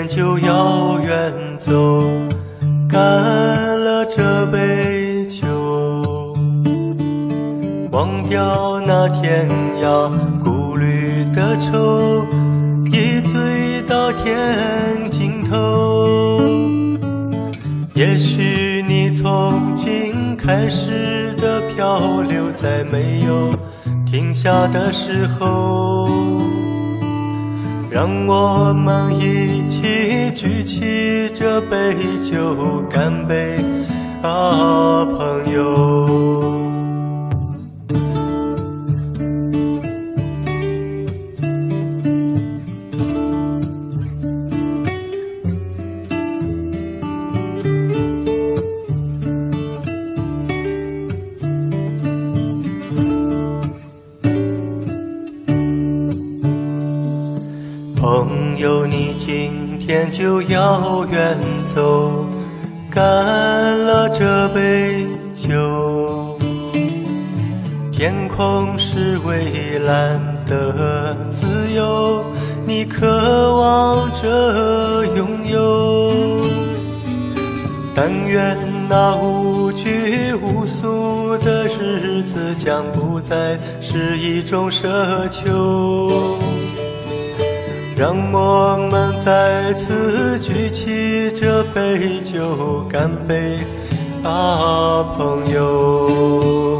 天就要远走，干了这杯酒，忘掉那天涯顾虑的愁，一醉到天尽头。也许你从今开始的漂流，在没有停下的时候，让我们一起举起这杯酒，干杯啊，朋友。朋友，你今天就要远走，干了这杯酒。天空是蔚蓝的自由，你渴望着拥有。但愿那无拘无束的日子将不再是一种奢求，让我们再次举起这杯酒，干杯啊，朋友。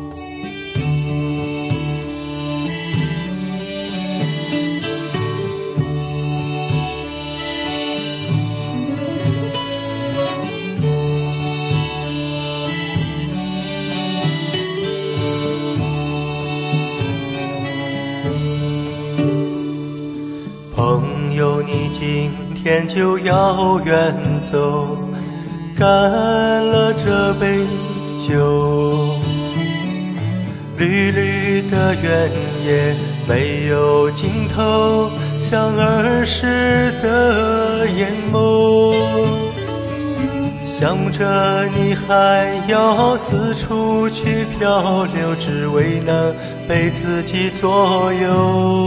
朋友，你今天就要远走，干了这杯酒。绿绿的原野没有尽头，像儿时的眼眸。想着你还要四处去漂流，只为能被自己左右。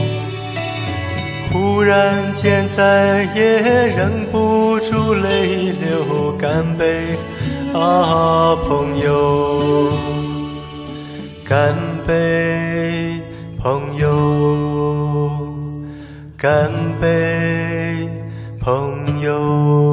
忽然间再也忍不住泪流，干杯啊，朋友，干杯，朋友，干杯，朋友。